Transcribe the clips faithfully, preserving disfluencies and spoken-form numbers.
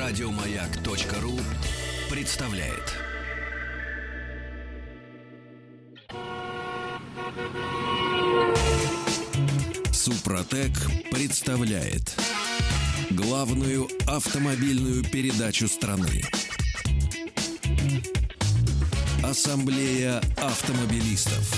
Радиомаяк.ру представляет. Супротек представляет главную автомобильную передачу страны. Ассамблея автомобилистов.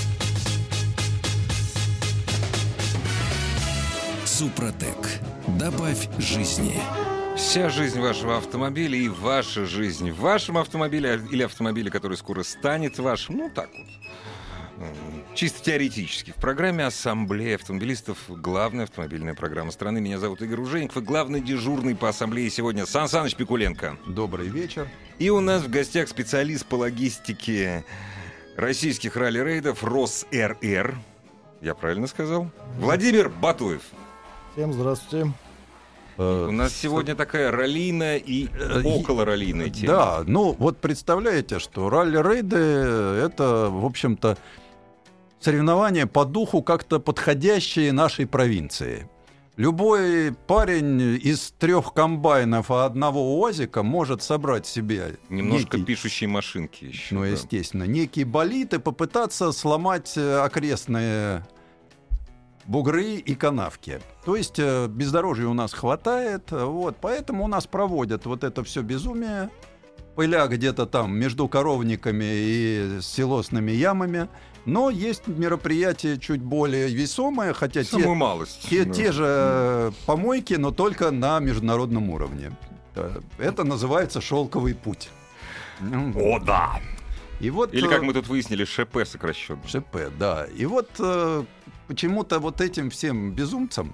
Супротек. Добавь жизни. Вся жизнь вашего автомобиля и ваша жизнь в вашем автомобиле или автомобиле, который скоро станет вашим, ну так вот, чисто теоретически. В программе «Ассамблея автомобилистов» главная автомобильная программа страны. Меня зовут Игорь Ужеников, и главный дежурный по ассамблее сегодня Сан Саныч Пикуленко. Добрый вечер. И у нас в гостях специалист по логистике российских ралли-рейдов РосРР. Я правильно сказал? Владимир Батуев. Всем здравствуйте. У нас сегодня такая раллийная и околораллийная тема. Да, ну вот представляете, что ралли-рейды — это, в общем-то, соревнования по духу, как-то подходящие нашей провинции. Любой парень из трех комбайнов и одного УАЗика может собрать себе немножко некий, пишущие машинки еще. Ну, да. естественно, некий болид и попытаться сломать окрестные бугры и канавки. То есть э, бездорожья у нас хватает, вот, поэтому у нас проводят вот это все безумие, пыля где-то там между коровниками и силосными ямами. Но есть мероприятия чуть более весомые, хотя те, малость, те, да. те же помойки, но только на международном уровне. Это называется «Шелковый путь». О, да! И вот, Или, как мы тут выяснили, ШП сокращенно. ШП, да. И вот э, почему-то вот этим всем безумцам,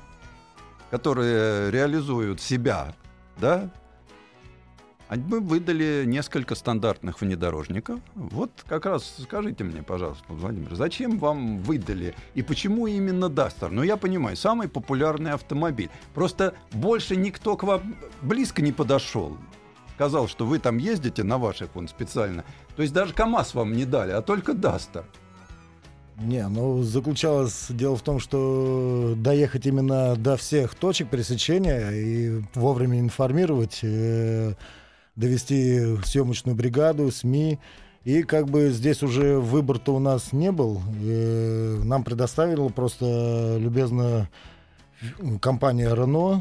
которые реализуют себя, да, мы выдали несколько стандартных внедорожников. Вот как раз скажите мне, пожалуйста, Владимир, зачем вам выдали и почему именно Duster? Ну, я понимаю, самый популярный автомобиль. Просто больше никто к вам близко не подошел. Сказал, что вы там ездите на ваших вон специально. То есть даже КАМАЗ вам не дали, а только Duster. Не, ну заключалось дело в том, что доехать именно до всех точек пересечения и вовремя информировать, э, довести съемочную бригаду, СМИ. И как бы здесь уже выбор-то у нас не был. Э, нам предоставила просто любезно компания Renault.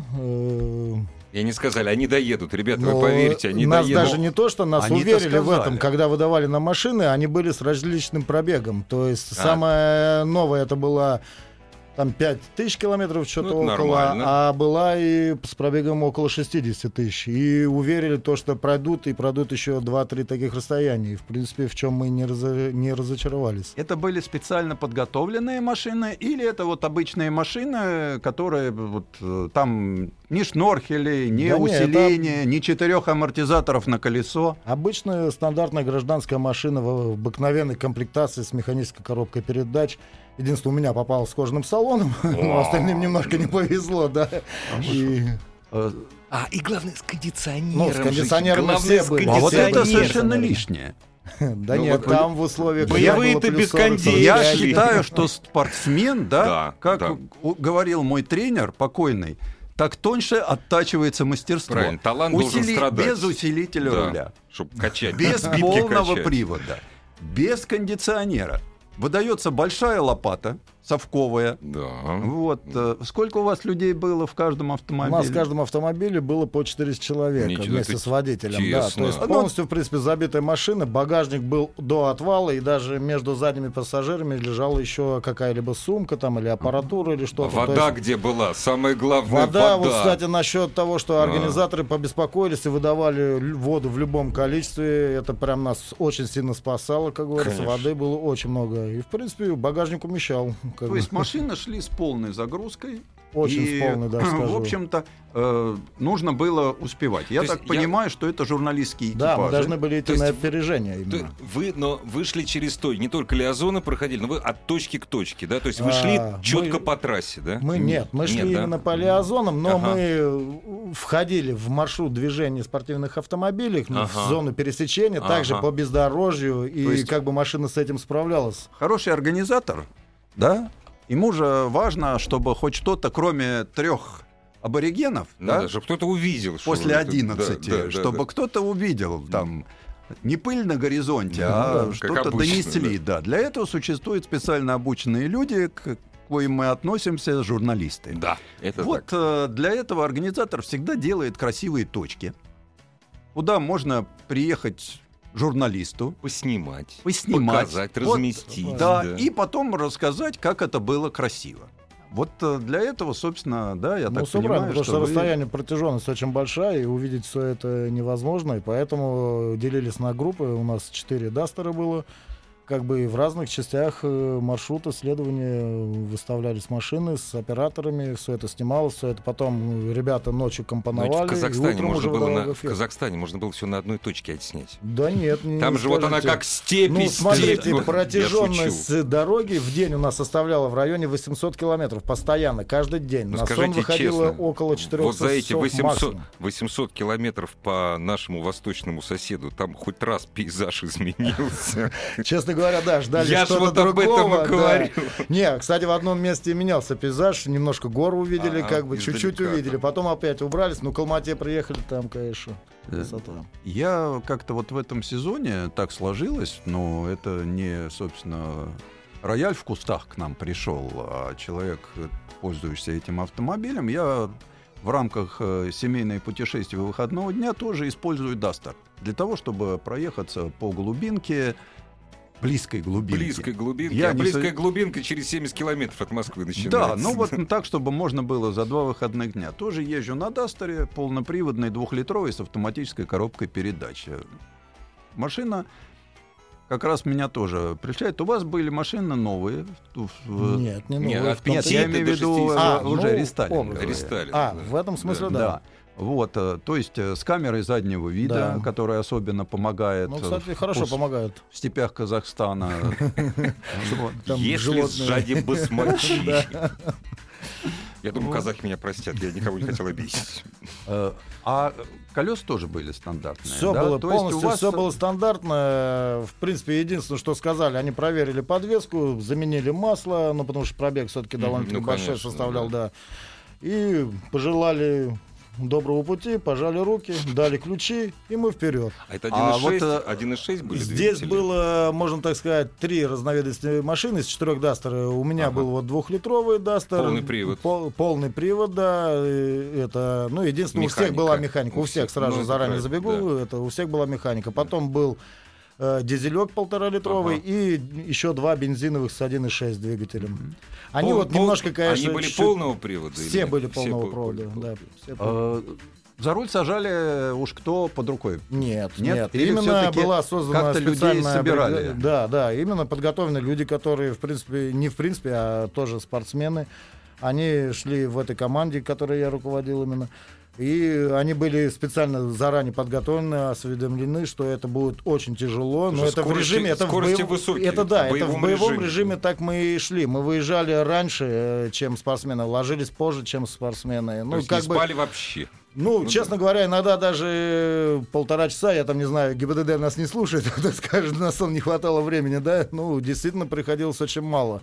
Э, И они сказали, они доедут. Ребята, Но вы поверите, они нас доедут. даже не то, что нас Они-то уверили в сказали. этом, когда выдавали нам машины, они были с различным пробегом. То есть А. самая новая это была там пять тысяч километров, что-то Ну, это около, нормально. а была и с пробегом около шестьдесят тысяч. И уверили то, что пройдут, и пройдут еще два-три таких расстояния. И, в принципе, в чем мы не, разо- не разочаровались. Это были специально подготовленные машины или это вот обычные машины, которые вот э, там ни шнорхелей, ни Да не, усиления, ни четырех амортизаторов на колесо? Обычная стандартная гражданская машина в обыкновенной комплектации с механической коробкой передач. Единственное, у меня попало с кожаным салоном, но остальным немножко не повезло, да. И, Э, А, и главное, с кондиционером. Ну, с кондиционером жить. мы все Главное, с были. А вот это кондиционером. совершенно лишнее. Да Ну, нет, вот там в условиях... боевые-то когда было без плюс сорок, кондей. сорок Я пять. считаю, что спортсмен, да, Да, как да. у- говорил мой тренер покойный, так тоньше оттачивается мастерство. Правильно, талант должен Усили- страдать. Без усилителя Да, руля, чтобы качать. без битки полного качать. привода, без кондиционера. Выдается большая лопата, совковая. Да. Вот. э, Сколько у вас людей было в каждом У автомобиле? нас в каждом автомобиле было по четыреста человек Ничего, вместе это с водителем. Да. тесно. То есть Ну, полностью, в принципе, забитая машина. Багажник был до отвала, и даже между задними пассажирами лежала еще какая-либо сумка там, или аппаратура, или что-то. Вода То есть где была? Самое главное, Вода, вода. вот, кстати, насчет того, что А. организаторы побеспокоились и выдавали ль- воду в любом количестве, это прям нас очень сильно спасало, как говорится. Конечно. Воды было очень много. И, в принципе, багажник умещал. как То есть бы. машины шли с полной загрузкой. Очень и, с полной, да, скажу. в общем-то, э, нужно было успевать. Я То так есть я- понимаю, что это журналистские экипажи. Да, мы должны были идти То есть на в- опережение То именно. Вы, но вы шли через то, не только Лиазоны проходили, но вы от точки к точке, да? То есть вы А, шли мы- четко по трассе, да? Мы нет, мы шли Нет, да? именно по лиазонам, но Ага. мы э, входили в маршрут движения спортивных автомобилей, ну, Ага. в зону пересечения, также Ага. по бездорожью, и То есть- как бы машина с этим справлялась. Хороший организатор, да, ему же важно, чтобы хоть что-то, кроме трех аборигенов, Ну да, да, чтобы кто-то увидел. что после это- одиннадцати, да, да, да, чтобы да. кто-то увидел там не пыль на горизонте, Ну а да, как что-то обычно, донесли. Да. Для этого существуют специально обученные люди, к коим мы относимся, журналисты. Да, это Вот так. э, для этого организатор всегда делает красивые точки, куда можно приехать журналисту, Поснимать, поснимать, показать, вот, разместить. да, и потом рассказать, как это было красиво. Вот э, для этого, собственно, да, я Ну, так все правильно, понимаю, потому что что вы- расстояние, протяженность очень большая, и увидеть все это невозможно, и поэтому делились на группы. У нас четыре дастера было, как бы в разных частях э, маршрута следования выставлялись машины с операторами, все это снималось, все это потом ребята ночью Но ведь компоновали, в Казахстане и утром можно уже было выдавал на, в в эфир. Казахстане можно было все на одной точке отснять. Да нет, не Там же вот она скажете. как степь Ну, и смотрите, степь. Я протяженность дороги в день у нас составляла в районе восемьсот километров постоянно, каждый день. Ну, На сон скажите выходило честно, около четырёх Вот за эти часов восемьсот, максимум. восемьсот километров по нашему восточному соседу, там хоть раз пейзаж изменился. Честно говоря, да, ждали Я ж что-то вот об этом другого. и да. говорю. Не, кстати, в одном месте менялся пейзаж, немножко гор увидели, А, как бы чуть-чуть издалека. увидели, потом опять убрались, ну, к Алмате приехали, там, конечно, Э, красота. Я как-то вот в этом сезоне так сложилось, но это не, собственно, рояль в кустах к нам пришел, а человек, э, пользующийся этим автомобилем. Я в рамках э, семейной путешествия выходного дня тоже использую Дастер для того, чтобы проехаться по глубинке, близкой глубинке. Близкой глубинки. Я а не близкая со- глубинка через семьдесят километров от Москвы начинается. Да, ну вот так, чтобы можно было за два выходных дня. Тоже езжу на Дастере, полноприводный, двухлитровый, с автоматической коробкой передач. Машина как раз меня тоже прельщает. У вас были машины новые? В- Нет, не Нет, новые. от в том-то Нет, пяти я и- имею в до виду шестидесяти. э, А, уже ну, рестайлинговые. образы. Рестайлинг, А, да. в этом смысле, да. Да. Вот, э, то есть э, с камерой заднего вида, Да. которая особенно помогает Ну, э, кстати, в хорошо пус- помогают. в степях Казахстана. Вот. Там Если животные. сзади басмачи. Да. Я думаю, казахи меня простят, я никого не хотел обидеть. Э, А колеса тоже были стандартные. Все да? было То есть у полностью, вас- все было стандартно. В принципе, единственное, что сказали, они проверили подвеску, заменили масло, ну, потому что пробег все-таки Мгм, довольно-таки ну, большой конечно, составлял, да. да. И пожелали доброго пути, пожали руки, дали ключи, и мы вперед. А это А вот, 1.6 э, 1.6 были Здесь двигатели? было, можно так сказать, три разновидности машин из четырех Дастера. У меня Ага. был вот двухлитровый Дастер. Полный привод. Пол- полный привод, да. и Это, ну, единственное, у всех Механика. была механика. У У всех всех. сразу Ну, же это заранее правильно, забегу. Это у всех была механика. Потом был э, дизелек полторалитровый Ага. и еще два бензиновых с один и шесть двигателем. Они Пол- вот пол- немножко, конечно, Они были чуть-чуть- полного привода? или Все нет? были Все полного пол- провода. пол- Да, все Э, За руль сажали уж кто под рукой. Нет, Нет? нет. Или Именно всё-таки была создана как-то людей специальная собирали? бригада. Да, да, именно подготовлены люди, которые, в принципе, не в принципе, а тоже спортсмены. Они шли в этой команде, которой я руководил именно. И они были специально заранее подготовлены, осведомлены, что это будет очень тяжело. Но Потому что это в скорости- режиме, это в, скорости боев- высокие, это да, в это в боевом боевом режиме. режиме так мы и шли. Мы выезжали раньше, э, чем спортсмены, ложились позже, чем спортсмены. То Ну, есть как не бы. спали вообще. Ну, Ну честно говоря, иногда даже полтора часа, я там не знаю, ГИБДД нас не слушает, кто скажет, на сон не хватало времени, да? Ну, действительно, приходилось очень мало.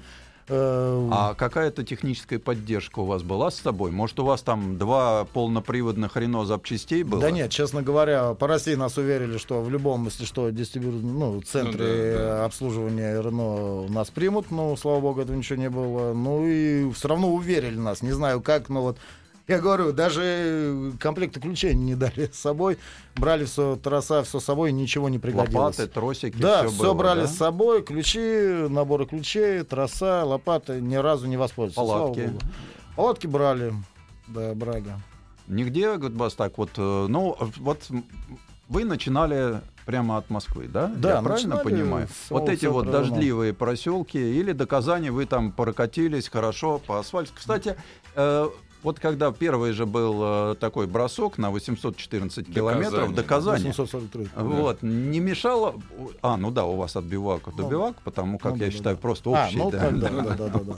Э, А какая-то техническая поддержка у вас была с собой? Может, у вас там два полноприводных Рено запчастей было? Да нет, честно говоря, по России нас уверили, что в любом, если что, дистрибьюторном, ну, центре Ну, да, да. обслуживания Рено нас примут, но, слава богу, этого ничего не было. Ну и все равно уверили нас, не знаю как, но вот я говорю, даже комплекты ключей не дали с собой, брали все, троса, все с собой, ничего не пригодилось. Лопаты, тросики, Да, все, все было, брали да? с собой, ключи, наборы ключей, троса, лопаты, ни разу не воспользовались. Палатки. Слава богу. Палатки брали, да, брали. Нигде, говорит, вас так вот... э, Ну, вот м, вы начинали прямо от Москвы, да? Да, Я правильно начинали понимаю? с Вот самого эти вот центра Рено. дождливые проселки или до Казани вы там прокатились хорошо по асфальту. Кстати, э, вот когда первый же был э, такой бросок на восемьсот четырнадцать До километров Казани. до Казани, восемьсот сорок три. вот, не мешало... А, ну да, у вас от бивака до Ну, бивака, потому как ну я да, считаю да. просто А, общий. ну да. так, да, да, да, да, да.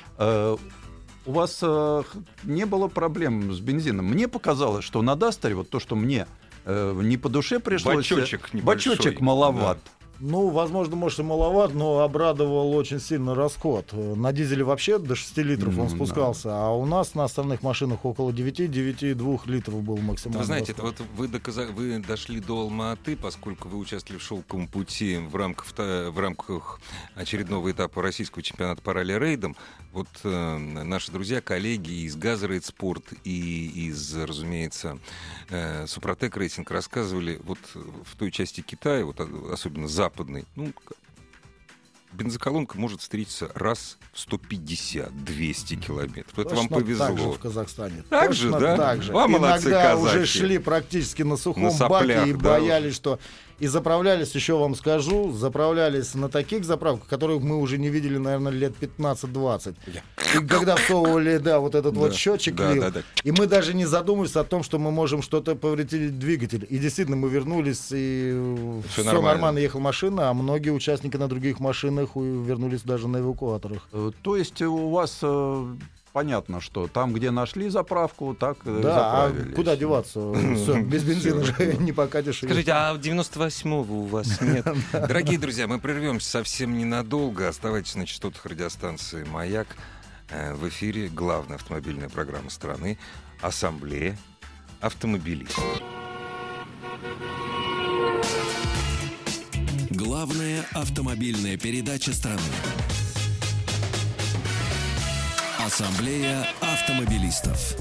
Э, У вас э, х- не было проблем с бензином. Мне показалось, что на Дастере вот то, что мне э, не по душе пришлось... Бачочек небольшой. Бачочек маловат. Ну, возможно, может и маловат, но обрадовал очень сильно расход. На дизеле вообще до шести литров он Ну, спускался, а у нас на остальных машинах около девяти-девяти и двух литров был максимально. Вы знаете, это вот вы, доказа... вы дошли до Алма-Аты, поскольку вы участвовали в шелковом пути в рамках, в рамках очередного этапа российского чемпионата по ралли-рейдам. Вот э, наши друзья, коллеги из Газрейд Спорт и из, разумеется, э, Супротек Рейсинг рассказывали вот в той части Китая, вот особенно западной, ну, бензоколонка может встретиться раз в сто пятьдесят - двести километров. Это вам повезло. Так же в Казахстане. Так Точно же, да? так же. Вам молодцы, Иногда казахи. уже шли практически на сухом На соплях, баке и да, боялись, уже. что... И заправлялись, еще вам скажу, заправлялись на таких заправках, которых мы уже не видели, наверное, лет пятнадцать-двадцать. И когда всовывали, да, вот этот Да, вот счетчик да, лил, да, да. и мы даже не задумывались о том, что мы можем что-то повредить двигатель. И действительно, мы вернулись, и Всё все нормально. нормально, ехала машина, а многие участники на других машинах у- вернулись даже на эвакуаторах. Э, То есть у вас э, понятно, что там, где нашли заправку, так э, Да, а заправились. куда деваться? Всё, без бензина же не покатишь. Скажите, а девяносто восьмого у вас нет? Дорогие друзья, мы прервемся совсем ненадолго. Оставайтесь на частотах радиостанции «Маяк». Э, В эфире главная автомобильная программа страны «Ассамблея автомобилистов». Главная автомобильная передача страны. Ассамблея автомобилистов.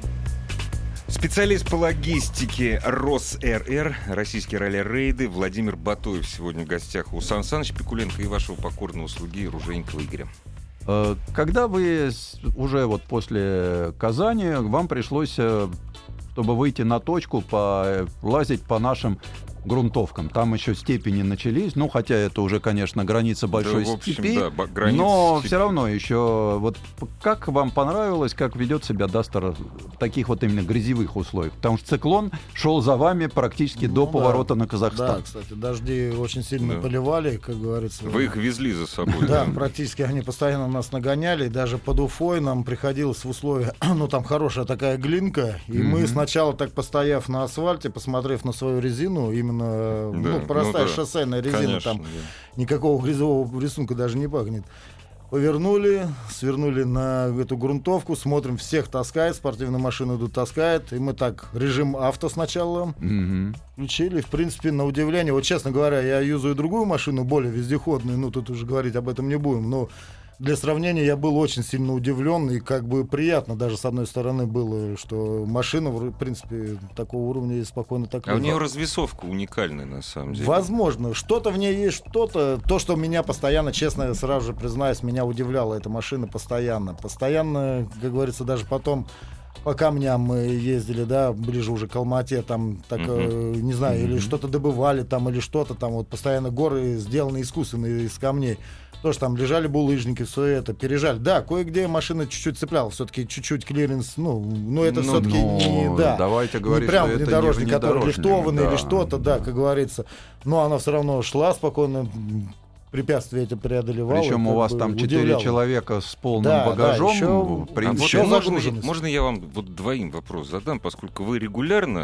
Специалист по логистике РосРР, российские ралли-рейды, Владимир Батоев сегодня в гостях у Сан Саныча Пикуленко и вашего покорного слуги Ружейникова Игоря. Э, Когда вы с- уже вот после Казани, вам пришлось, э, чтобы выйти на точку, по, э, лазить по нашим грунтовкам. Там еще степени начались, ну, хотя это уже, конечно, граница большой Да, в общем, степи, да, ба- граница но степи. все равно еще вот п- как вам понравилось, как ведет себя Дастер в таких вот именно грязевых условиях? Потому что циклон шел за вами практически Ну до да. поворота на Да, Казахстан. кстати, дожди очень сильно Да. поливали, как говорится. Вы их везли за собой. Да, практически они постоянно нас нагоняли. Даже под Уфой нам приходилось в условиях, ну там хорошая такая глинка, и мы Мгм. сначала так постояв на асфальте, посмотрев на свою резину, именно Да, ну, простая ну да. шоссейная резина, Конечно, там да. никакого грязевого рисунка даже не пахнет. Повернули, свернули на эту грунтовку, смотрим, всех таскает, спортивную машину идут таскает, и мы так режим авто сначала Мгм. включили. В принципе, на удивление, вот честно говоря, я юзаю другую машину, более вездеходную, ну тут уже говорить об этом не будем, но для сравнения я был очень сильно удивлен, и как бы приятно даже с одной стороны было, что машина, в принципе, такого уровня и спокойно так А у лежала. нее развесовка уникальная, на самом деле. Возможно, что-то в ней есть, что-то, то, что меня постоянно, честно, я сразу же признаюсь, меня удивляла эта машина постоянно. Постоянно, как говорится, даже потом по камням мы ездили, да, ближе уже к Алма-Ате, там, так, Мгм. э, не знаю, или Мгм. что-то добывали там, или что-то там, вот постоянно горы сделаны искусственно из камней. Тоже там лежали булыжники, все это, пережали. Да, кое-где машина чуть-чуть цепляла, все-таки чуть-чуть клиренс, ну, но это Ну, все-таки Ну, не, да. давайте Не говорить, прям что это не внедорожник, который внедорожник, лифтованный да. или что-то, да, как говорится. Но она все равно шла спокойно, м, препятствия эти преодолевала. Причем у как вас бы там четыре удивляла. человека с полным Да, да, багажом. еще- при- А А вот еще можно, загруженность. можно я вам вот двоим вопрос задам, поскольку вы регулярно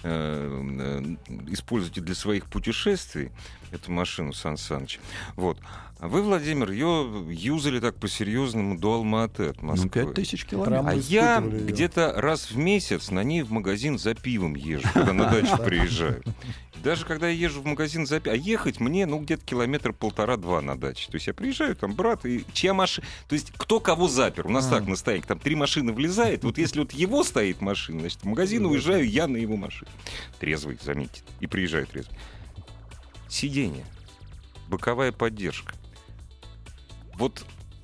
э, э, используете для своих путешествий эту машину Сан Саныч. Вот. А вы, Владимир, ее юзали так по-серьезному до Алма-Аты от Москвы. Ну, пять тысяч Прям километров. А мы я испытывали её. где-то раз в месяц на ней в магазин за пивом езжу, когда на дачу приезжаю. Даже когда я езжу в магазин за пивом, а ехать мне, ну, где-то километр полтора-два на даче. То есть я приезжаю, там, брат, и чья машина... То есть кто кого запер? У нас А. так на стоянке, там три машины влезает. Вот если вот его стоит машина, значит, в магазин уезжаю я на его машине. Трезвый, заметьте. И приезжаю трезвый. Сиденье. Боковая поддержка. Вот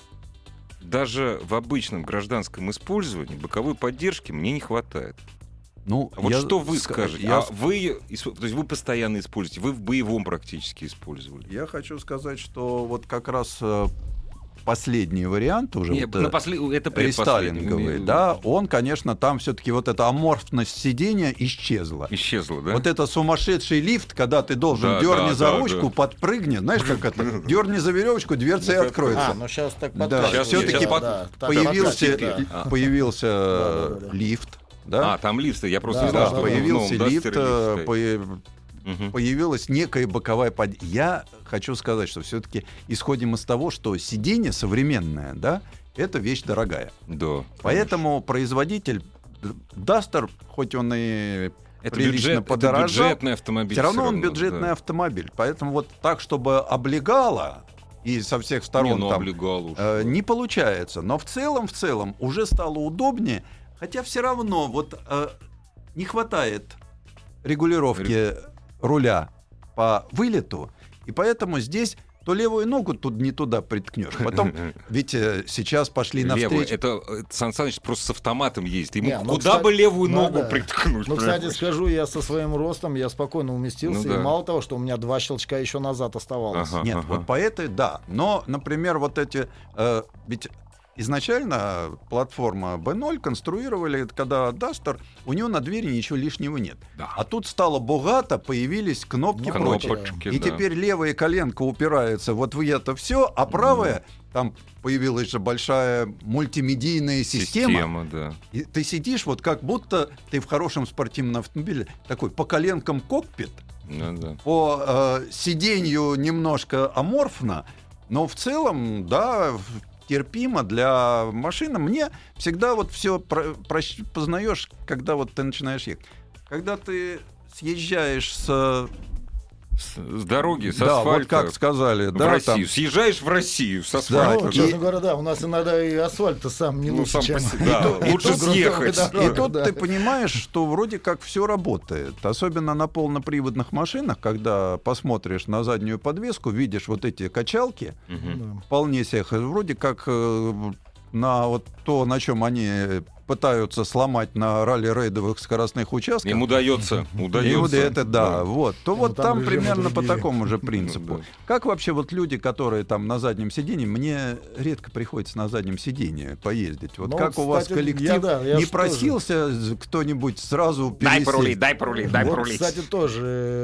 даже в обычном гражданском использовании боковой поддержки мне не хватает. Ну, А вот я что вы ска- скажете? Я, А вы, её ис- то есть вы постоянно используете, вы в боевом практически использовали. я хочу сказать, что вот как раз э, последний вариант уже, Не, вот, на э, после- это предпоследний. рестайлинговый, да, он, конечно, там все-таки вот эта аморфность сидения исчезла. Исчезло, да? Вот это сумасшедший лифт, когда ты должен Да, дерни да, за да, ручку, да. подпрыгни, знаешь, как это, дерни за веревочку, дверца и Вот это- откроется. А, ну сейчас так Да, подкатывает. щас- все-таки щас под- да, так появился, подкатывает, да. А. появился Да, да, да. лифт, да, А, там лифты, я просто Да, не знал, да, что в появился новом лифт, Дастере э, лифт стоит. по- Мгм. появилась некая боковая подъемка. Я хочу сказать, что все-таки исходим из того, что сиденье современное, да, это вещь дорогая. Да. Поэтому производитель Duster, хоть он и Это, прилично бюджет, это подорожал, бюджетный автомобиль. все равно всё он бюджетный да. автомобиль. Поэтому вот так, чтобы облегало и со всех сторон Не, ну, там, облегал уж. э, не получается. Но в целом, в целом уже стало удобнее, хотя все равно вот э, не хватает регулировки руля по вылету, и поэтому здесь то левую ногу тут не туда приткнешь. Потом, ведь э, сейчас пошли Левую. навстречу. Это, это Сан Саныч просто с автоматом ездит. Ему Не, ну, куда кстати, бы левую ну, ногу да. приткнуть? Ну, кстати, понимаешь? скажу, я со своим ростом, я спокойно уместился. Ну, да. И мало того, что у меня два щелчка еще назад оставалось. Ага, Нет, ага. вот по этой, да. Но, например, вот эти... э, ведь изначально платформа би ноль конструировали, когда Duster, у него на двери ничего лишнего нет. Да. А тут стало богато, появились кнопки Ну, прочие. Кнопочки, И да. теперь левая коленка упирается вот в это все, а правая, там появилась же большая мультимедийная система. Система, да. И ты сидишь вот как будто ты в хорошем спортивном автомобиле, такой по коленкам кокпит, Ну, да. по э, сиденью немножко аморфно, но в целом, да, в- терпимо для машины. Мне всегда вот все познаешь, когда вот ты начинаешь ехать. Когда ты съезжаешь с... С, с дороги, с да, асфальта вот как сказали, в да, Россию. там... Съезжаешь в Россию с Да, асфальта. Ну, и- честно говоря, да, у нас иногда и асфальт-то сам не Ну, лучше, сам чем... по себе, да, и лучше тут грунтовая съехать. дорога, И тут да. ты понимаешь, что вроде как все работает. Особенно на полноприводных машинах, когда посмотришь на заднюю подвеску, видишь вот эти качалки, Мгм. Да. вполне себе вроде как э, на вот то, на чем они пытаются сломать на ралли-рейдовых скоростных участках. Им удается, И удается. вот это, да, вот. То Ну, вот там там режимы примерно по другие. такому же Ну, принципу. да. Как вообще вот люди, которые там на заднем сиденье, мне редко приходится на заднем сиденье поездить. Вот Ну, как у вас кстати, коллектив я, да, я не ж просился кто-нибудь сразу Дай пересесть? порулить, дай порулить, дай Вот, порулить. кстати, тоже,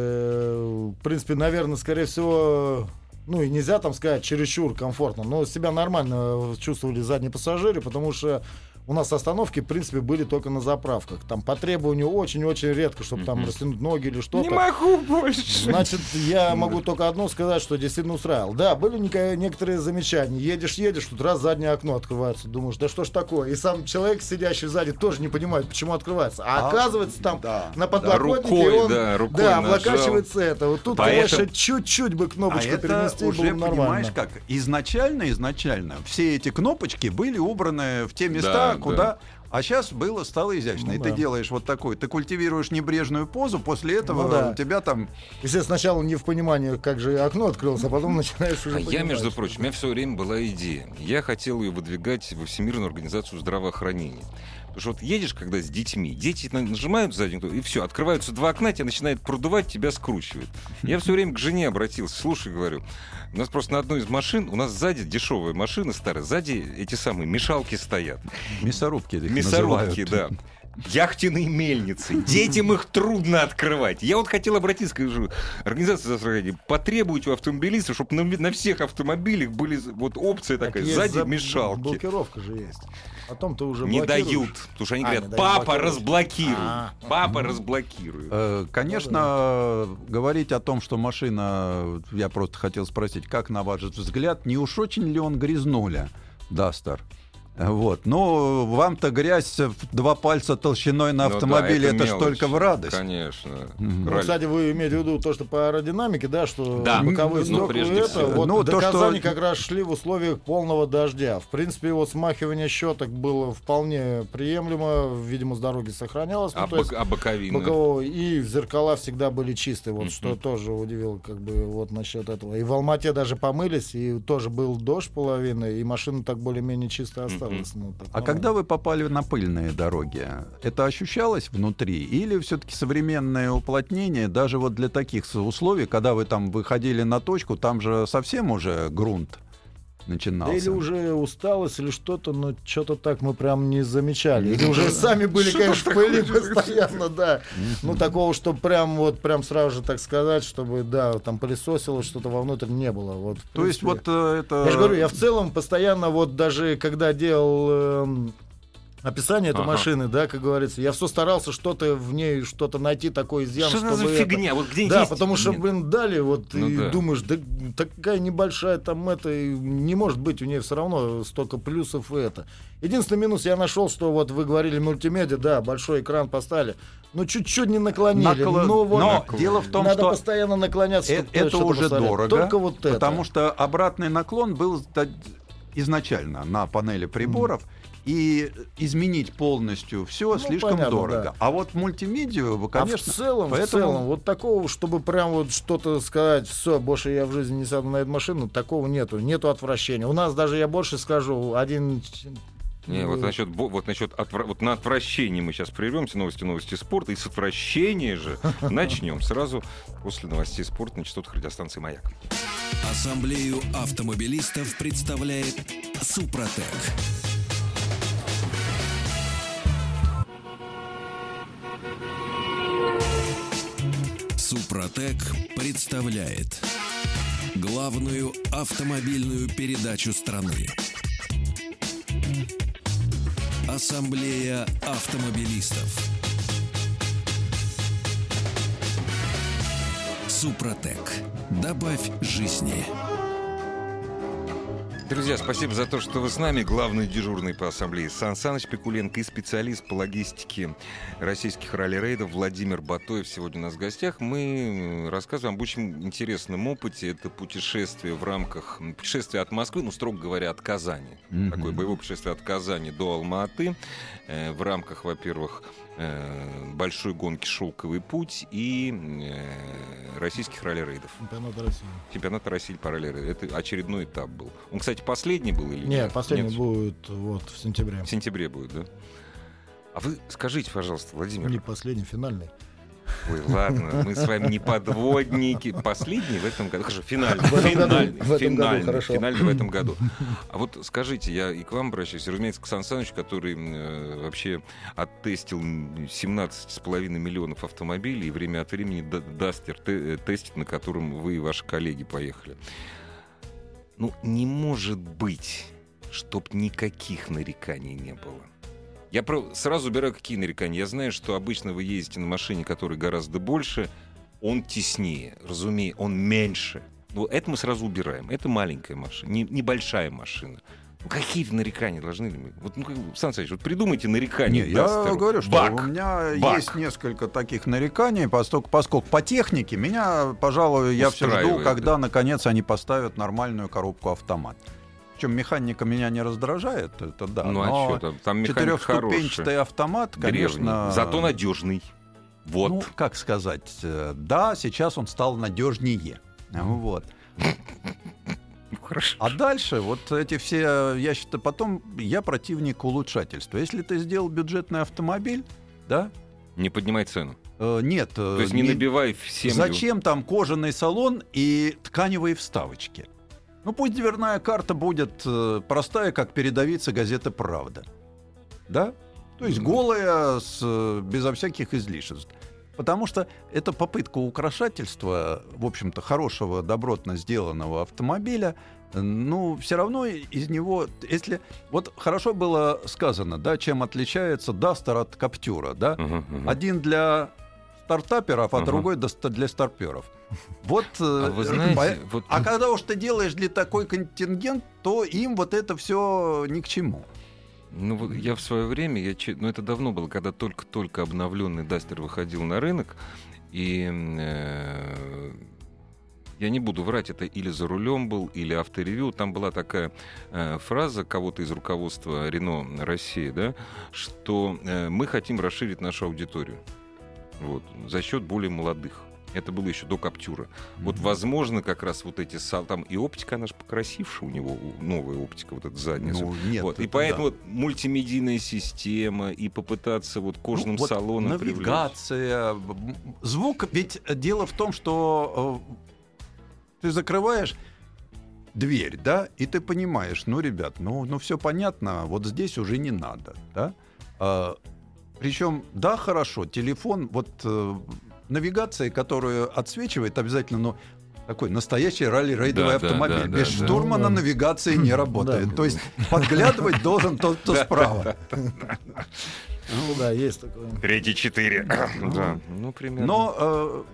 э, в принципе, наверное, скорее всего, ну и нельзя там сказать чересчур комфортно, но себя нормально чувствовали задние пассажиры, потому что у нас остановки, в принципе, были только на заправках. Там по требованию очень-очень редко, чтобы там Мгм. растянуть ноги или Не что-то. могу больше. Значит, я могу только одно сказать, что действительно устраивал. Да, были нека- некоторые замечания. Едешь, едешь, тут раз заднее окно открывается. Думаешь, да что ж такое? И сам человек, сидящий сзади, тоже не понимает, почему открывается. А, А, оказывается, там да, на да. подлокотнике Рукой, он да, рукой да, нажал. облокачивается это. Вот тут, Поэтому- конечно, чуть-чуть бы А кнопочку это перенести уже, было бы нормально. понимаешь, как изначально, изначально все эти кнопочки были убраны в те места, Да, куда... да. А сейчас было, стало изящно. Ну и ты да. делаешь вот такой, ты культивируешь небрежную позу, после этого Ну да. у тебя там... Если сначала не в понимании, как же окно открылось, а потом начинаешь уже А я, понимать, между что- прочим, у меня все время была идея. Я хотел ее выдвигать во Всемирную организацию здравоохранения. Потому что вот едешь, когда с детьми, дети на- нажимают заднюю, и все, открываются два окна, тебя начинает продувать, тебя скручивает. Я все время к жене обратился, слушай, говорю, у нас просто на одной из машин, у нас сзади дешевая машина старая, сзади эти самые мешалки стоят. Мясорубки их Мясорубки, называют. да. Яхтенные мельницы. Детям их трудно открывать. Я вот хотел обратиться, скажу, организация здравоохранения, потребуйте у автомобилистов, чтобы на, на всех автомобилях были вот опция Так такая, есть сзади за- мешалки. Блокировка же есть. Потом ты уже Не блокируешь. дают, потому что они А, говорят, не дают папа блокировать. разблокирует, А. папа разблокирует. Э, Конечно, говорить о том, что машина, я просто хотел спросить, как на ваш взгляд, не уж очень ли он грязнуля, Duster? Вот. Ну, вам-то грязь в два пальца толщиной на Ну да, автомобиле, это, ж мелочь, только в радость. Конечно. Мгм. Ну, Ралли. кстати, вы имеете в виду то, что по аэродинамике, да, что Да. боковые Ну, стекла, прежде это, всего. вот Ну, то, доказания что- как раз шли в условиях полного дождя. В принципе, вот смахивание щеток было вполне приемлемо, видимо, с дороги сохранялось. Ну, А, то есть бок- а боковины? бокового, и зеркала всегда были чистые, вот Мгм. что тоже удивило, как бы, вот насчет этого. И в Алмате даже помылись, и тоже был дождь половины, и машина так более-менее чисто осталась. Ну, так А нормально. когда вы попали на пыльные дороги, это ощущалось внутри? Или все-таки современное уплотнение, даже вот для таких с- условий, когда вы там выходили на точку, там же совсем уже грунт начинался? Да или уже усталость, или что-то, но что-то так мы прям не замечали. Или уже сами были, Что-то конечно, в такое пыли происходит. постоянно, да. Ну, такого, что прям вот, прям сразу же так сказать, чтобы, да, там пылесосило, что-то вовнутрь не было. Вот, в То есть принципе. вот э, это... Я же говорю, я в целом постоянно, вот даже когда делал эм, описание этой Ага. машины, да, как говорится. Я все старался что-то в ней, что-то найти такой изъян, Что это чтобы за это- фигня? Вот где Да, есть- потому что, Нет. блин, дали, вот, Ну и да. думаешь, да такая небольшая там это, и не может быть у нее все равно столько плюсов и это. Единственный минус я нашел, что вот вы говорили мультимедиа, да, большой экран поставили, но чуть-чуть не наклонили. Накла- Ну, вот Но Наклон. дело в том, надо что постоянно наклоняться. э- чтобы это что-то уже поставить. дорого, Только вот это. потому что обратный наклон был та- изначально на панели приборов, и изменить полностью все Ну, слишком понятно, дорого. да. А вот мультимедиа, вы, А конечно, в целом, поэтому- в целом, вот такого, чтобы прям вот что-то сказать, все, больше я в жизни не сяду на эту машину, такого нету, нету отвращения. У нас даже, я больше скажу, один... Не, вот э, насчет, бо- вот насчет отвра- вот на отвращении мы сейчас прервемся, новости, новости спорта, и с отвращения же начнем сразу после новостей спорта на частотах радиостанции «Маяк». Ассамблею автомобилистов представляет Супротек. Супротек представляет главную автомобильную передачу страны. Ассамблея автомобилистов. Супротек. Добавь жизни. Друзья, спасибо за то, что вы с нами. Главный дежурный по ассамблее Сан Саныч Пикуленко и специалист по логистике российских ралли-рейдов Владимир Батоев сегодня у нас в гостях. Мы рассказываем об очень интересном опыте. Это путешествие в рамках... Путешествие от Москвы, ну, строго говоря, от Казани. Мгм. Такое боевое путешествие от Казани до Алма-Аты. э, В рамках, во-первых, э, большой гонки «Шелковый путь» и э, российских ралли-рейдов. Чемпионат России. Чемпионат России по ралли-рейду. Это очередной этап был. Он, кстати, последний был или нет? Нет, последний Нет, будет вот в сентябре. В сентябре будет, да? А вы скажите, пожалуйста, Владимир. Не последний, финальный. Ой, ладно, мы с вами не подводники. Последний в этом году. Хорошо, финальный. В этом году, Финальный, в этом году, финальный, хорошо. финальный в этом году. А вот скажите, я и к вам обращаюсь, и, разумеется, к Сан Санычу, который э, вообще оттестил семнадцать с половиной миллионов автомобилей, и время от времени д- Дастер те- тестит, на котором вы и ваши коллеги поехали. Ну, не может быть, чтоб никаких нареканий не было. Я про- сразу убираю, какие нарекания. Я знаю, что обычно вы ездите на машине, которая гораздо больше, он теснее, разумеется, он меньше. Ну, это мы сразу убираем. Это маленькая машина, не- небольшая машина. Ну, какие нарекания должны ли мы? Вот, ну, как, Сан Саныч, вот придумайте нарекания. Не, я Дастеру. говорю, что Бак. у меня Бак. есть несколько таких нареканий, поскольку, поскольку по технике меня, пожалуй, я все жду, Устраивает, когда да. наконец они поставят нормальную коробку автомат. Причем механика меня не раздражает, это да. Ну, но а что там? Там механик четырехступенчатый хороший, автомат, древний, конечно. зато надежный. Вот. Ну, как сказать, э, да, сейчас он стал надежнее. Вот. Ну, хорошо. А дальше вот эти все, я считаю, потом я противник улучшательства. Если ты сделал бюджетный автомобиль, да, Не поднимай цену. э, нет, э, То есть не набивай всем. зачем там кожаный салон и тканевые вставочки? Ну пусть дверная карта будет э, простая, как передовица газеты «Правда». Да? То есть Мгм. голая, с, э, безо всяких излишеств. Потому что это попытка украшательства, в общем-то, хорошего, добротно сделанного автомобиля. э, Ну, все равно из него, если... Вот хорошо было сказано, да, чем отличается Дастер от Каптюра, да? Мгм, мгм. Один для стартаперов, а Ага. другой до- для старперов. Вот, э, А вы знаете, по- вот- а когда уж ты делаешь для такой контингент, то им вот это все ни к чему. Ну, вот я в свое время, я, че- ну, это давно было, когда только-только обновленный Дастер выходил на рынок, и э, я не буду врать, это или за рулем был, или авторевью, там была такая э, фраза кого-то из руководства Рено России, да, что э, мы хотим расширить нашу аудиторию вот, за счет более молодых. Это было еще до Каптюра. Вот, возможно, как раз вот эти... сал- Там и оптика, она же покрасивше у него, у- новая оптика, вот эта задняя. Ну, нет, Вот, и это поэтому да. вот мультимедийная система, и попытаться вот кожным Ну, вот салоном привлечь. навигация, м, звук. Ведь дело в том, что э, ты закрываешь дверь, да, и ты понимаешь, ну, ребят, ну, ну все понятно, вот здесь уже не надо, да. А, причем, да, хорошо, телефон, вот э, навигация, которую отсвечивает обязательно, но такой настоящий ралли-рейдовый Да, автомобиль. да, да, Без да, штурмана да. навигация не работает. Да. То есть подглядывать должен тот, кто справа. Ну да, есть такое. Третий четыре. Да, ну, примерно. Но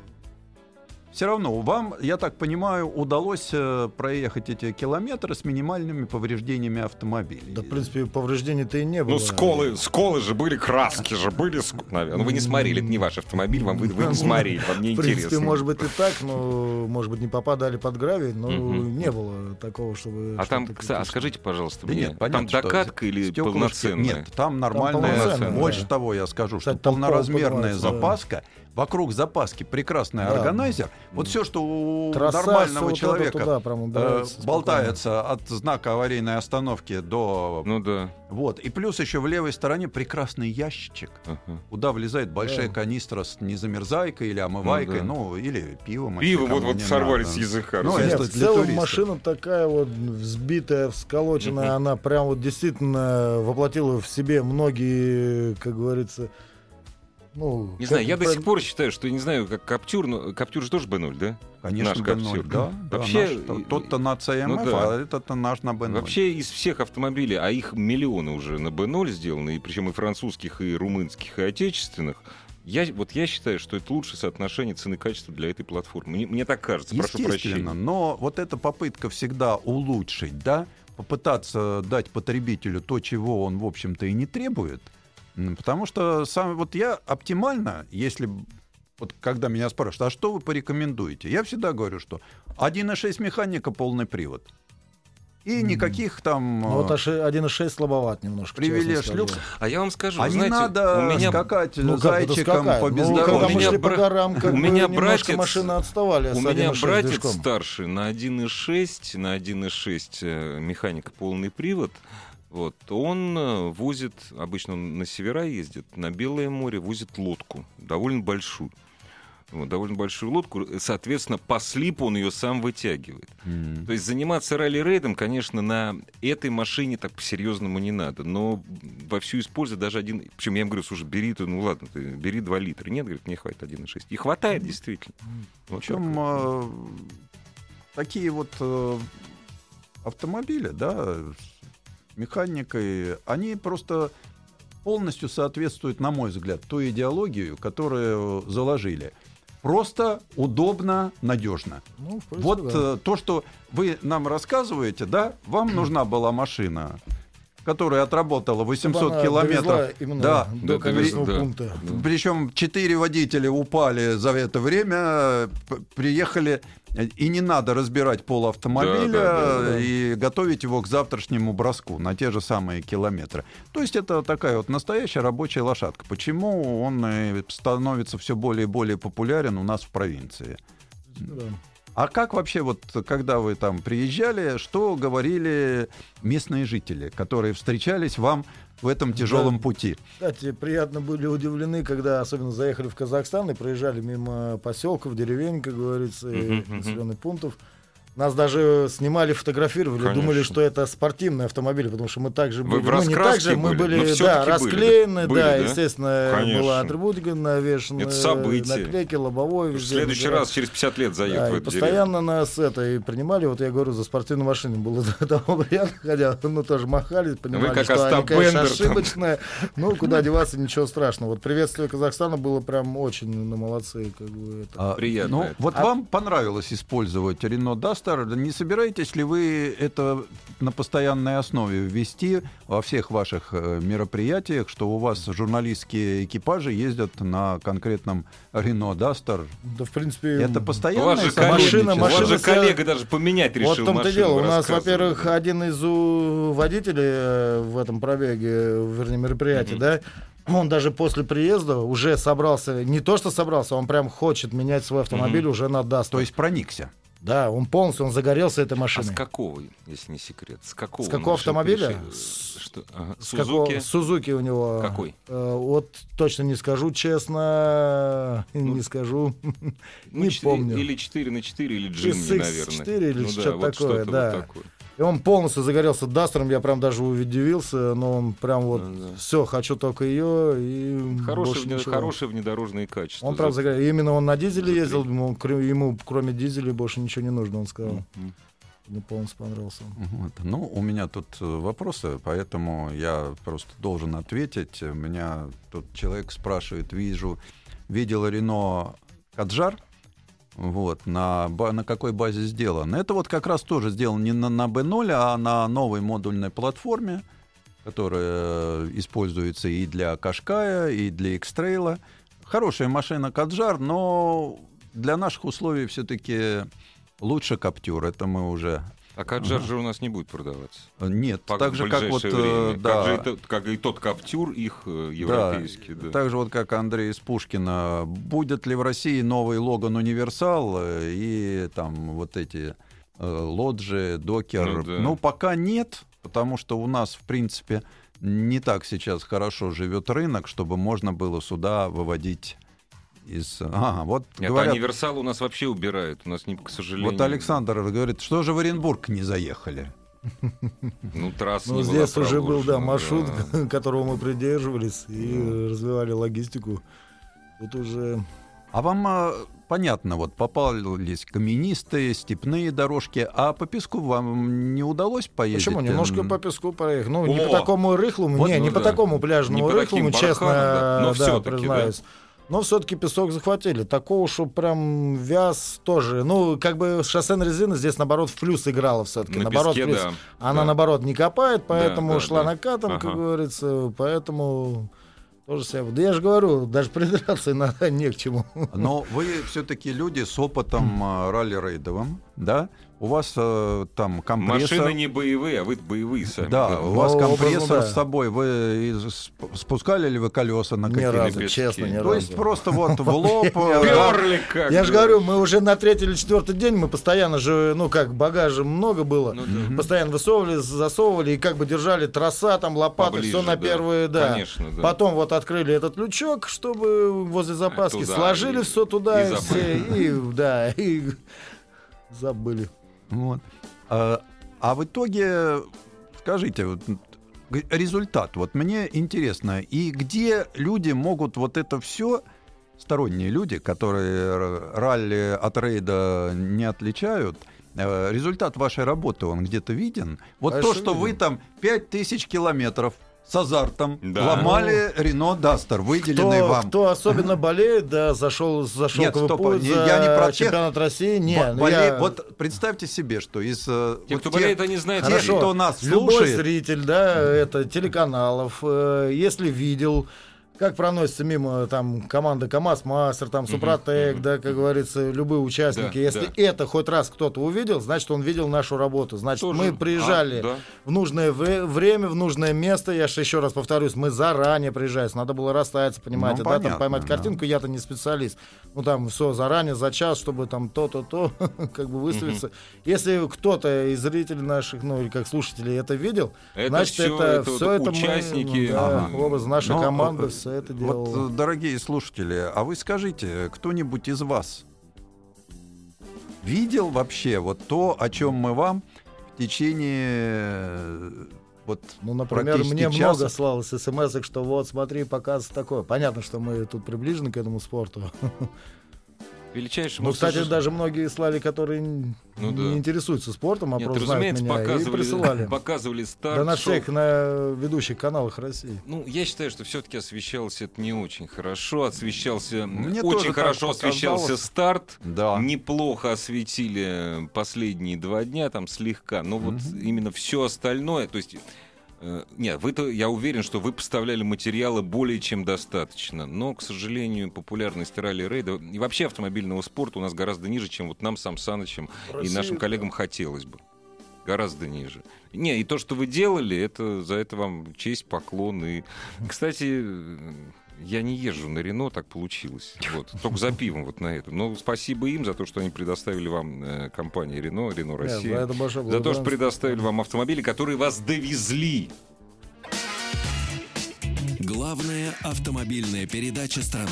все равно вам, я так понимаю, удалось э, проехать эти километры с минимальными повреждениями автомобилей. Да, в принципе, повреждений-то и не было. Ну, сколы, сколы же были, краски же были. ск- наверное. Ну, вы не смотрели, это не ваш автомобиль, вам вы, вы не смотрели, вам не В принципе, интересно. может быть и так, но, может быть, не попадали под гравий, но Мгм. не было такого, чтобы... А там, что-то кстати, а критичное. скажите, пожалуйста, Да мне, нет, понятно, там что докатка или стёклышки- полноценная? Нет, там нормальная, полноценная, больше да. того я скажу, что Кстати, там пол полноразмерная поднимается, да. запаска, вокруг запаски прекрасный Да. органайзер. Вот все, что у Трасса, нормального всё вот это человека туда прям э, убирается спокойно. болтается от знака аварийной остановки до... Ну да. Вот. И плюс еще в левой стороне прекрасный ящичек, Ага. куда влезает большая Да. канистра с незамерзайкой или омывайкой, Ну ну, да. или пивом. Пиво если вот, кому вот не сорвали надо. с языка. Ну, разумеется. это Нет, в для целом туристов. машина такая вот взбитая, всколоченная, она прям вот действительно воплотила в себе многие, как говорится, ну... Не как знаю, я до про- сих пор считаю, что, не знаю, как Каптюр, но Каптюр же тоже бэ ноль, да? Конечно, Наш бэ ноль, Каптюр. да. да, Вообще, наш- тот-то на цэ эм эф, ну да. а этот наш на бэ ноль. Вообще из всех автомобилей, а их миллионы уже на бэ ноль сделаны, и причем и французских, и румынских, и отечественных, я, вот я считаю, что это лучшее соотношение цены-качества для этой платформы. Мне, мне так кажется, прошу Естественно, прощения. но вот эта попытка всегда улучшить, да, попытаться дать потребителю то, чего он, в общем-то, и не требует, м, потому что сам, вот я оптимально, если б- вот когда меня спрашивают, а что вы порекомендуете, я всегда говорю, что один и шесть механика, полный привод. И никаких там Ну, вот э, аж один и шесть слабоват немножко. привилеж, честно люкс. скажу. А я вам скажу, А не знаете, надо у меня... скакать Ну, как это зайчиком скакать? по Ну, бездорожью. когда У мы меня шли по бра- горам, как у бы меня немножко братец- машины отставали У с меня один и шесть братец движком. старший на один и шесть, на один и шесть э, механика полный привод. Вот, он э, возит, обычно он на севера ездит, на Белое море возит лодку, довольно большую. Вот, довольно большую лодку, соответственно, по слипу он ее сам вытягивает. М. То есть заниматься ралли-рейдом, конечно, на этой машине так по-серьезному не надо, но вовсю использовать даже один... Причем я им говорю, слушай, бери, ты, ну ладно, ты бери два литра. Нет, говорит, мне хватит один и шесть. И хватает, действительно. Вот Причем так вот. э, такие вот э, автомобили, да, с механикой, они просто полностью соответствуют, на мой взгляд, той идеологии, которую заложили. Просто, удобно, надежно. Ну, в принципе, Вот да. э, то, что вы нам рассказываете, да, вам нужна была машина, которая отработала Чтобы восемьсот она километров. довезла именно Да, до да, конечного да. пункта. Причем четыре водителя упали за это время, п- приехали, э, и не надо разбирать пол автомобиля Да, да, да, да. и готовить его к завтрашнему броску на те же самые километры. То есть это такая вот настоящая рабочая лошадка. Почему он э, становится все более и более популярен у нас в провинции? Да. А как вообще, вот, когда вы там приезжали, что говорили местные жители, которые встречались вам в этом тяжелом Да. пути? Кстати, приятно были удивлены, когда особенно заехали в Казахстан и проезжали мимо поселков, деревень, как говорится, и Мгм, мгм. населенных пунктов. Нас даже снимали, фотографировали, Конечно. думали, что это спортивные автомобили, потому что мы также Вы были, в ну, не так раскраске же, мы были, но были, всё-таки да, были, расклеены, да? Были, да, да? естественно, Конечно. была атрибутика навешана, Это событие. наклейки, лобовой, В везде. следующий набирали. раз, через пятьдесят лет заехать Да, в и эту постоянно нас это и принимали, вот я говорю, за спортивной машиной было до того приятно, хотя, ну, тоже махали, понимали, как что они, Остап конечно, Бендер там. ошибочные, ну, куда деваться, ничего страшного. Вот приветствие Казахстана было прям очень, ну, молодцы, как бы, это. А, Приятно Ну, это. вот А- вам понравилось использовать Renault Duster. Не собираетесь ли вы это на постоянной основе ввести во всех ваших э, мероприятиях, что у вас журналистские экипажи ездят на конкретном Renault Duster? Да, в принципе, Это У постоянное вас же коллега- сотрудничество? машина- У вас машина же ся- коллега даже поменять решил вот в том-то машину, дело. У вы нас, рассказывали. во-первых, один из у- водителей э, в этом пробеге, вернее, мероприятии, Мгм. да, он даже после приезда уже собрался, не то что собрался, он прям хочет менять свой автомобиль Мгм. уже на Duster. То есть проникся. Да, он полностью, он загорелся этой А машиной. с какого, если не секрет? С какого? С он какого решил автомобиля? перешить? С- Что? Ага. С какого- Сузуки? Сузуки у него. Какой? Э, вот точно не скажу, честно, Ну, не скажу. Ну, не четыре- помню. Или четыре на четыре, или Джимни, X наверное. четыре или Ну да, что-то вот такое, что-то да. вот такое. И он полностью загорелся Дастером, я прям даже удивился, но он прям вот, Да, да. все, хочу только ее, и Хорошие, больше вне- ничего. хорошие внедорожные качества. Он прям За- загорел. Именно он на дизеле за- ездил, ему, кр- ему кроме дизеля больше ничего не нужно, он сказал. Мгм. Мне полностью понравился. Вот. Ну, у меня тут э, вопросы, поэтому я просто должен ответить. Меня тут человек спрашивает, вижу, видел Рено Каджар, вот, на, ба- на какой базе сделан. Это вот как раз тоже сделано не на, на би ноль, а на новой модульной платформе, которая э, используется и для Кашкая, и для X-Trail. Хорошая машина Каджар, но для наших условий все-таки лучше Каптюр. Это мы уже... А Каджар же у нас не будет продаваться. Нет, По- так в же, как вот... ближайшее э, время. да, Как, же и тот, как и тот Каптюр их э, европейский. Да. так же вот, как Андрей из Пушкина. Будет ли в России новый Логан Универсал э, и там вот эти э, лоджи, докер? Ну Ну, да. пока нет, потому что у нас, в принципе, не так сейчас хорошо живет рынок, чтобы можно было сюда выводить из... А, вот Нет, говорят... универсал у нас вообще убирают. У нас, не, к сожалению... Вот Александр говорит, что же в Оренбург не заехали? Ну, трасса Ну, не была здесь уже был, да, проложена, маршрут, да. которого мы придерживались и Да. развивали логистику. Тут уже... А вам а, понятно, вот попались каменистые, степные дорожки, а по песку вам не удалось поездить? Почему? Немножко М, по песку проехать. Ну, не О! по такому рыхлому, Вот, не, ну не по да. такому пляжному Не по рыхлому, таким честно, барханам, да. Но да, всё-таки, признаюсь. Но все-таки песок захватили. Такого, что прям вяз тоже. Ну, как бы шоссейная резина здесь, наоборот, в плюс играла все-таки. На Наоборот, песке, плюс. да. Она, Да. наоборот, не копает, поэтому да, шла да. накатом, как Ага. говорится. Поэтому тоже себя... Да я же говорю, даже придраться иногда не к чему. Но вы все-таки люди с опытом а, ралли-рейдовым, да? У вас а, там компрессор... Машины не боевые, а вы боевые сами. Да, у вас Ну, компрессор образно, да. с собой. Вы из- сп- спускали ли вы колеса на Ни какие-то? разу, пески. честно, ни То разу. есть просто вот в лоб... э, Перли как. Я же да. говорю, мы уже на третий или четвертый день, мы постоянно же, ну как, багажа много было, Ну да. постоянно высовывали, засовывали, и как бы держали троса, там, лопаты, Поближе, все на да. первые, да. Конечно, да. Потом вот открыли этот лючок, чтобы возле запаски, Туда, сложили и- все туда, и и, все, и, да, и забыли. Вот. А, а в итоге, скажите, вот, г- результат, вот мне интересно, и где люди могут вот это все, сторонние люди, которые р- ралли от рейда не отличают, э, результат вашей работы, он где-то виден? Вот Конечно, то, что вы виден. там пять тысяч километров с азартом Да. ломали Рено Дастер, выделенный Кто, вам. кто особенно болеет, да, зашел за Нет, шелковый стоп, путь, не- за я не про тех- чемпионат России, не, Бо- ну боле- я- Вот представьте себе, что из э, Те, вот кто тех- болеет, они знают. Те, Хорошо. кто нас Любой слушает, зритель, да, это телеканалов, э, если видел, как проносится мимо там команда КамАЗ, Мастер, там Супротек, мгм. да, как говорится, любые участники. Да, Если да. это хоть раз кто-то увидел, значит, он видел нашу работу. Значит, Тоже. мы приезжали А, да. в нужное вре- время, в нужное место. Я же еще раз повторюсь, мы заранее приезжаем. Надо было расставиться, понимаете, Ну, да, понятно, там поймать да. картинку. Я-то не специалист. Ну, там все заранее, за час, чтобы там то-то-то, как бы выставиться. Если кто-то из зрителей наших, ну, или как слушателей это видел, Это значит, всё- это, это все вот это участники, мы, да, ага. образ нашей Но, команды э, все это вот, делало. э, дорогие слушатели, а вы скажите, кто-нибудь из вас видел вообще вот то, о чем мы вам в течение э, вот Ну, например, практически мне часа- много слалось смс-ок, что вот, смотри, показ такое. Понятно, что мы тут приближены к этому спорту. Величайшему Ну, кстати, сожалению- даже многие слали, которые н- Ну да. не интересуются спортом, а Нет, просто знают разумеется, меня, и показывали, присылали. показывали старт. Да на шоу. всех, на ведущих каналах России. Ну, я считаю, что все-таки освещалось это не очень хорошо. Освещался Мне очень тоже хорошо так освещался показалось. старт. Да. Неплохо осветили последние два дня, там слегка. Но вот именно все остальное, то есть. э, Нет, вы-то, я уверен, что вы поставляли материала более чем достаточно. Но, к сожалению, популярность ралли-рейда и вообще автомобильного спорта у нас гораздо ниже, чем вот нам, Сан Санычем и Россия, нашим да. коллегам хотелось бы. Гораздо ниже. Не, и то, что вы делали, это за это вам честь, поклон. И, кстати, я не езжу на Рено, так получилось. Вот, только за пивом вот на этом. Но спасибо им за то, что они предоставили вам э, компании Рено, Рено Нет, Россия. за это большая За то, что благодарность. предоставили вам автомобили, которые вас довезли. Главная автомобильная передача страны.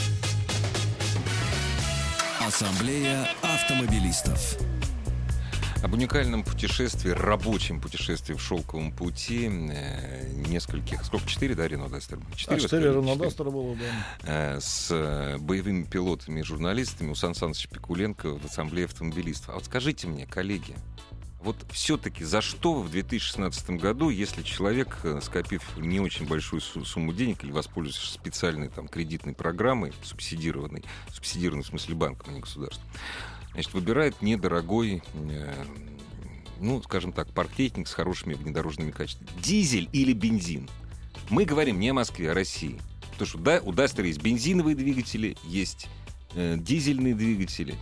Ассамблея автомобилистов. Об уникальном путешествии, рабочем путешествии в шелковом пути э, нескольких... Сколько? Четыре, да, Рено Дастера? Четыре, а, четыре Рено Дастера было, да. Э, с э, боевыми пилотами и журналистами у Сан Саныча Пикуленко в Ассамблее автомобилистов. А вот скажите мне, коллеги, вот все-таки за что вы в две тысячи шестнадцатом году, если человек, скопив не очень большую сумму денег или воспользовавшись специальной там, кредитной программой, субсидированной, субсидированной в смысле банком, а не государством, значит, выбирает недорогой, э, ну, скажем так, паркетник с хорошими внедорожными качествами. Дизель или бензин? Мы говорим не о Москве, а о России. Потому что да, у Дастера есть бензиновые двигатели, есть э, дизельные двигатели.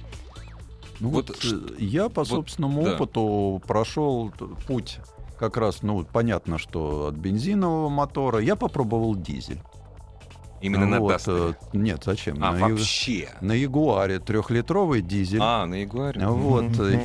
Ну вот, вот я по собственному вот, опыту да. прошел путь как раз, ну, понятно, что от бензинового мотора. Я попробовал дизель. Именно вот, на Дастере? Нет, зачем? А, на вообще? На Ягуаре трехлитровый дизель. А, на Ягуаре. Вот.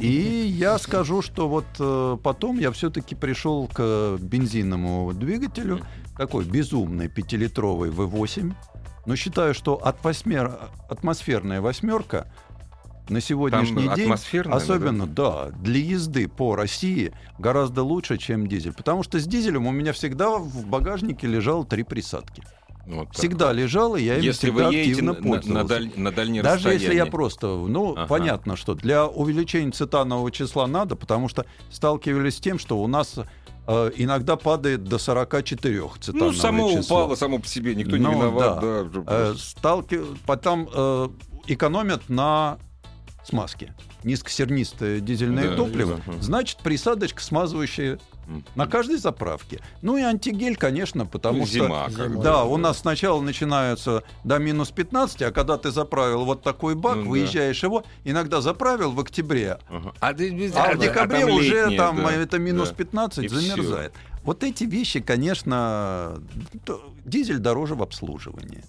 И я скажу, что вот потом я все-таки пришел к бензиновому двигателю, такой безумный пятилитровый вэ восемь. Но считаю, что атмосфер... атмосферная восьмерка на сегодняшний Там день, особенно да? да, для езды по России, гораздо лучше, чем дизель. Потому что с дизелем у меня всегда в багажнике лежало три присадки. Вот всегда так. лежало, и я им если всегда вы активно на, пользовался. На, на, даль, на дальние Даже расстояния. если я просто... Ну, ага. понятно, что для увеличения цетанового числа надо, потому что сталкивались с тем, что у нас э, иногда падает до сорок четыре цетановое ну, само число. упало, само по себе, никто ну, не виноват. Да. Да, э, сталки... Потом э, экономят на смазке. Низкосернистое дизельное да, топливо, да. значит, присадочка смазывающая mm-hmm. на каждой заправке. Ну и антигель, конечно, потому ну, что... Зима, как да, у нас сначала начинаются до минус пятнадцати, а когда ты заправил вот такой бак, ну, выезжаешь да. его, иногда заправил в октябре, uh-huh. а, а, а в декабре а там уже летнее, там, да. это минус да. пятнадцать, и замерзает. Все. Вот эти вещи, конечно, дизель дороже в обслуживании.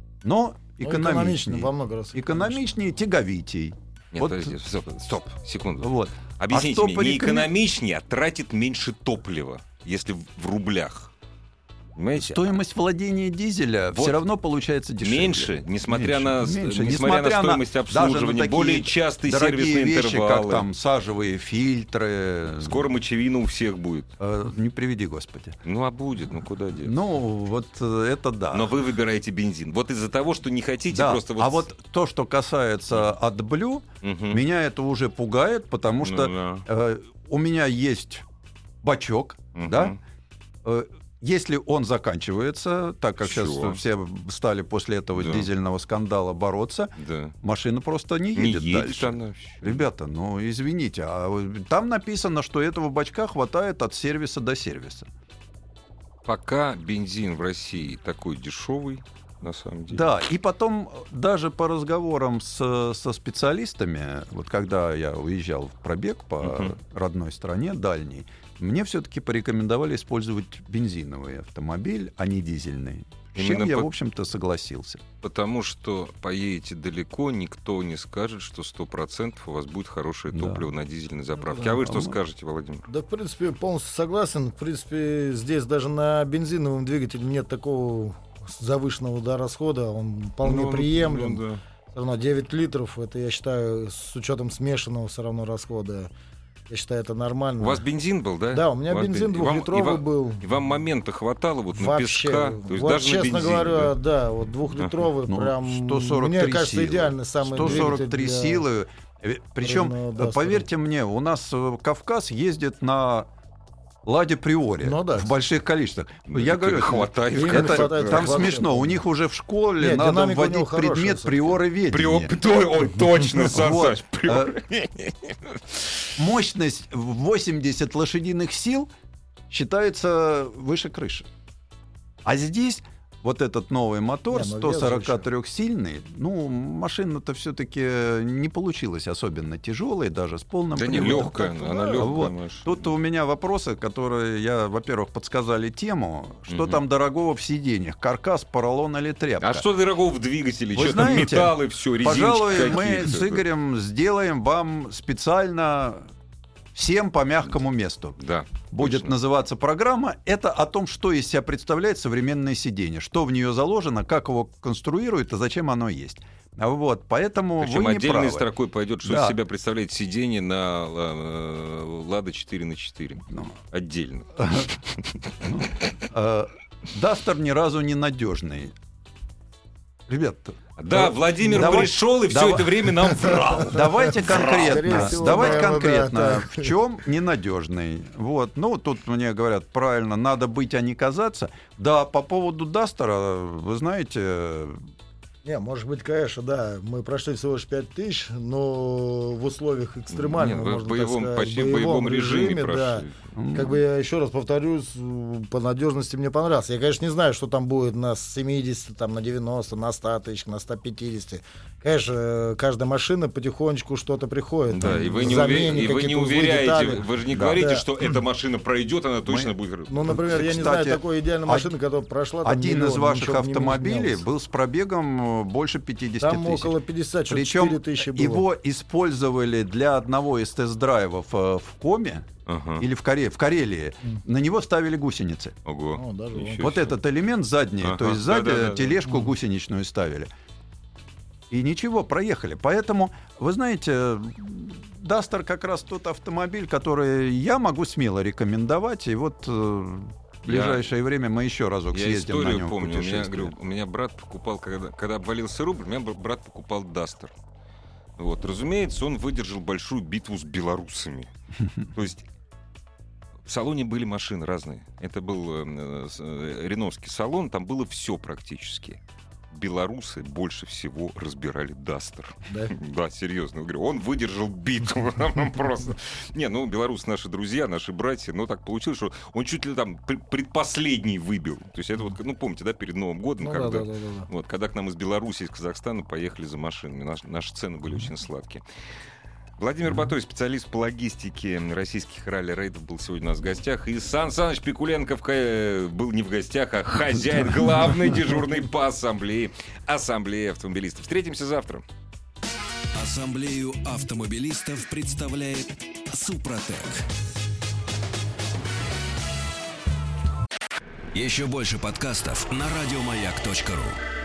Но экономичнее. Ну, во много раз. Экономичнее, тяговитей. Нет, вот. подожди, стоп, стоп, секунду. Вот. Объясните а мне, не экономичнее, а тратит меньше топлива, если в рублях. Понимаете? Стоимость владения дизеля вот. все равно получается дешевле. Меньше, несмотря, меньше, на, меньше. Несмотря, несмотря на стоимость на, обслуживания, более частые сервисные вещи, интервалы. Как там сажевые фильтры. Скоро мочевина у всех будет. Э, не приведи, Господи. Ну, а будет, ну куда деться? Ну, вот это да. Но вы выбираете бензин. Вот из-за того, что не хотите да. просто... Вот... А вот то, что касается AdBlue, угу. меня это уже пугает, потому что ну, да. э, у меня есть бачок, угу. да, э, если он заканчивается, так как Всё. сейчас все стали после этого да. дизельного скандала бороться, да. машина просто не едет, не едет дальше. Она... Ребята, ну извините, а там написано, что этого бачка хватает от сервиса до сервиса. Пока бензин в России такой дешевый, на самом деле. Да, и потом даже по разговорам с, со специалистами, вот когда я уезжал в пробег по uh-huh. родной стране, дальней, мне все-таки порекомендовали использовать бензиновый автомобиль, а не дизельный. С чем Именно я, по... в общем-то, согласился. Потому что поедете далеко, никто не скажет, что сто процентов у вас будет хорошее топливо да. на дизельной заправке. Да. А вы что а скажете, Владимир? Да, в принципе, полностью согласен. В принципе, здесь даже на бензиновом двигателе нет такого завышенного да, расхода. Он вполне ну, приемлем. Ну, да. Все равно девять литров, это, я считаю, с учетом смешанного все равно расхода. Я считаю, это нормально. У вас бензин был, да? Да, у меня у бензин двухлитровый и вам, был. И вам момента хватало вот вообще, на песка? То есть вот даже честно на бензине, говоря, да, да вот двухлитровый ну, прям, сто сорок три мне кажется, силы. идеальный самый сто сорок три для... силы. Причем, поверьте мне, у нас Кавказ ездит на Ладе Приоре ну, да. в больших количествах. Ну, я говорю, хватает. Это, хватает там хватает. смешно. У них уже в школе Нет, надо вводить предмет приороведения. Ой, точно, Сансач. Мощность восемьдесят лошадиных сил считается выше крыши. А здесь вот этот новый мотор, не, сто сорок трёхсильный, ну, машина-то все-таки не получилась особенно тяжелой, даже с полным да приводом. Не легкая, она легкая. Вот. Тут у меня вопросы, которые, я, во-первых, подсказали тему, что угу. там дорогого в сиденьях, каркас, поролон или тряпка. А что дорогого в двигателе? Вы что знаете, там металлы, все, резиночки пожалуй, какие-то. Мы с Игорем сделаем вам специально... Всем по мягкому месту. Да, будет точно. называться программа. Это о том, что из себя представляет современное сиденье, что в нее заложено, как его конструируют и зачем оно есть. Вот, поэтому Причем вы не отдельной правы. строкой пойдет, что Да. из себя представляет сиденье на э, Лада четыре на четыре. Ну. Отдельно. Э, Дастер ни разу не надежный. Ребят, Да, э, Владимир давай- пришел и все давай- это время нам врал. Давайте Скорее конкретно. всего, Давайте наверное, конкретно. да, В чем ненадежный? Вот. Ну, тут мне говорят, правильно, надо быть, а не казаться. Да, по поводу Дастера, вы знаете, Не, может быть, конечно, да. Мы прошли всего лишь пять тысяч, но в условиях экстремального, Нет, вы можно в боевом, так сказать, почти в боевом режиме, да. прошли. Как бы я еще раз повторюсь, по надежности мне понравился. Я, конечно, не знаю, что там будет на семьдесят, там, на девяносто, на сто тысяч, на сто пятьдесят. Конечно, каждая машина потихонечку что-то приходит. Да, там, и вы не, замене, уве- и вы не какие-то узлы, уверяете, детали. вы же не Да. говорите, Да. что эта машина пройдет, она точно будет. Ну, например, я не Кстати, знаю такой идеальной машины, которая прошла. Там, один миллион, из ваших ничего не автомобилей менялось. был с пробегом больше пятьдесят Там тысяч. около пятьдесят, что-то Причем четыре тысячи было. его использовали для одного из тест-драйвов э, в Коме Ага. или в, Коре- в Карелии. На него ставили гусеницы. Ого. О, даже Ничего вот. Вот себе. этот элемент задний, Ага, то есть сзади да-да-да-да. тележку гусеничную ставили. И ничего, проехали. Поэтому, вы знаете, Дастер как раз тот автомобиль, который я могу смело рекомендовать. И вот э, в ближайшее время мы еще разок Я съездим на историю нем в помню. У меня, путешествие. говорю, у меня брат покупал, когда, когда обвалился рубль, у меня бр- брат покупал Дастер. Вот, разумеется, он выдержал большую битву с белорусами. То есть в салоне были машины разные. Это был э, с- э, реновский салон, там было все практически. Белорусы больше всего разбирали Дастер. Да? Да, серьезно, я говорю, он выдержал битву. Просто. Не, ну, белорусы наши друзья, наши братья, но так получилось, что он чуть ли там пр- предпоследний выбил. То есть это вот, ну, помните, да, перед Новым годом, Ну, когда, да, да, да, да. вот, когда к нам из Беларуси, из Казахстана поехали за машинами. Наш- наши цены были очень сладкие. Владимир Батой, специалист по логистике российских ралли-рейдов, был сегодня у нас в гостях. И Сан Саныч Пикуленко в ка- был не в гостях, а хозяин, главный дежурный по ассамблее, ассамблеи автомобилистов. Встретимся завтра. Ассамблею автомобилистов представляет Супротек. Еще больше подкастов на радиомаяк точка ру.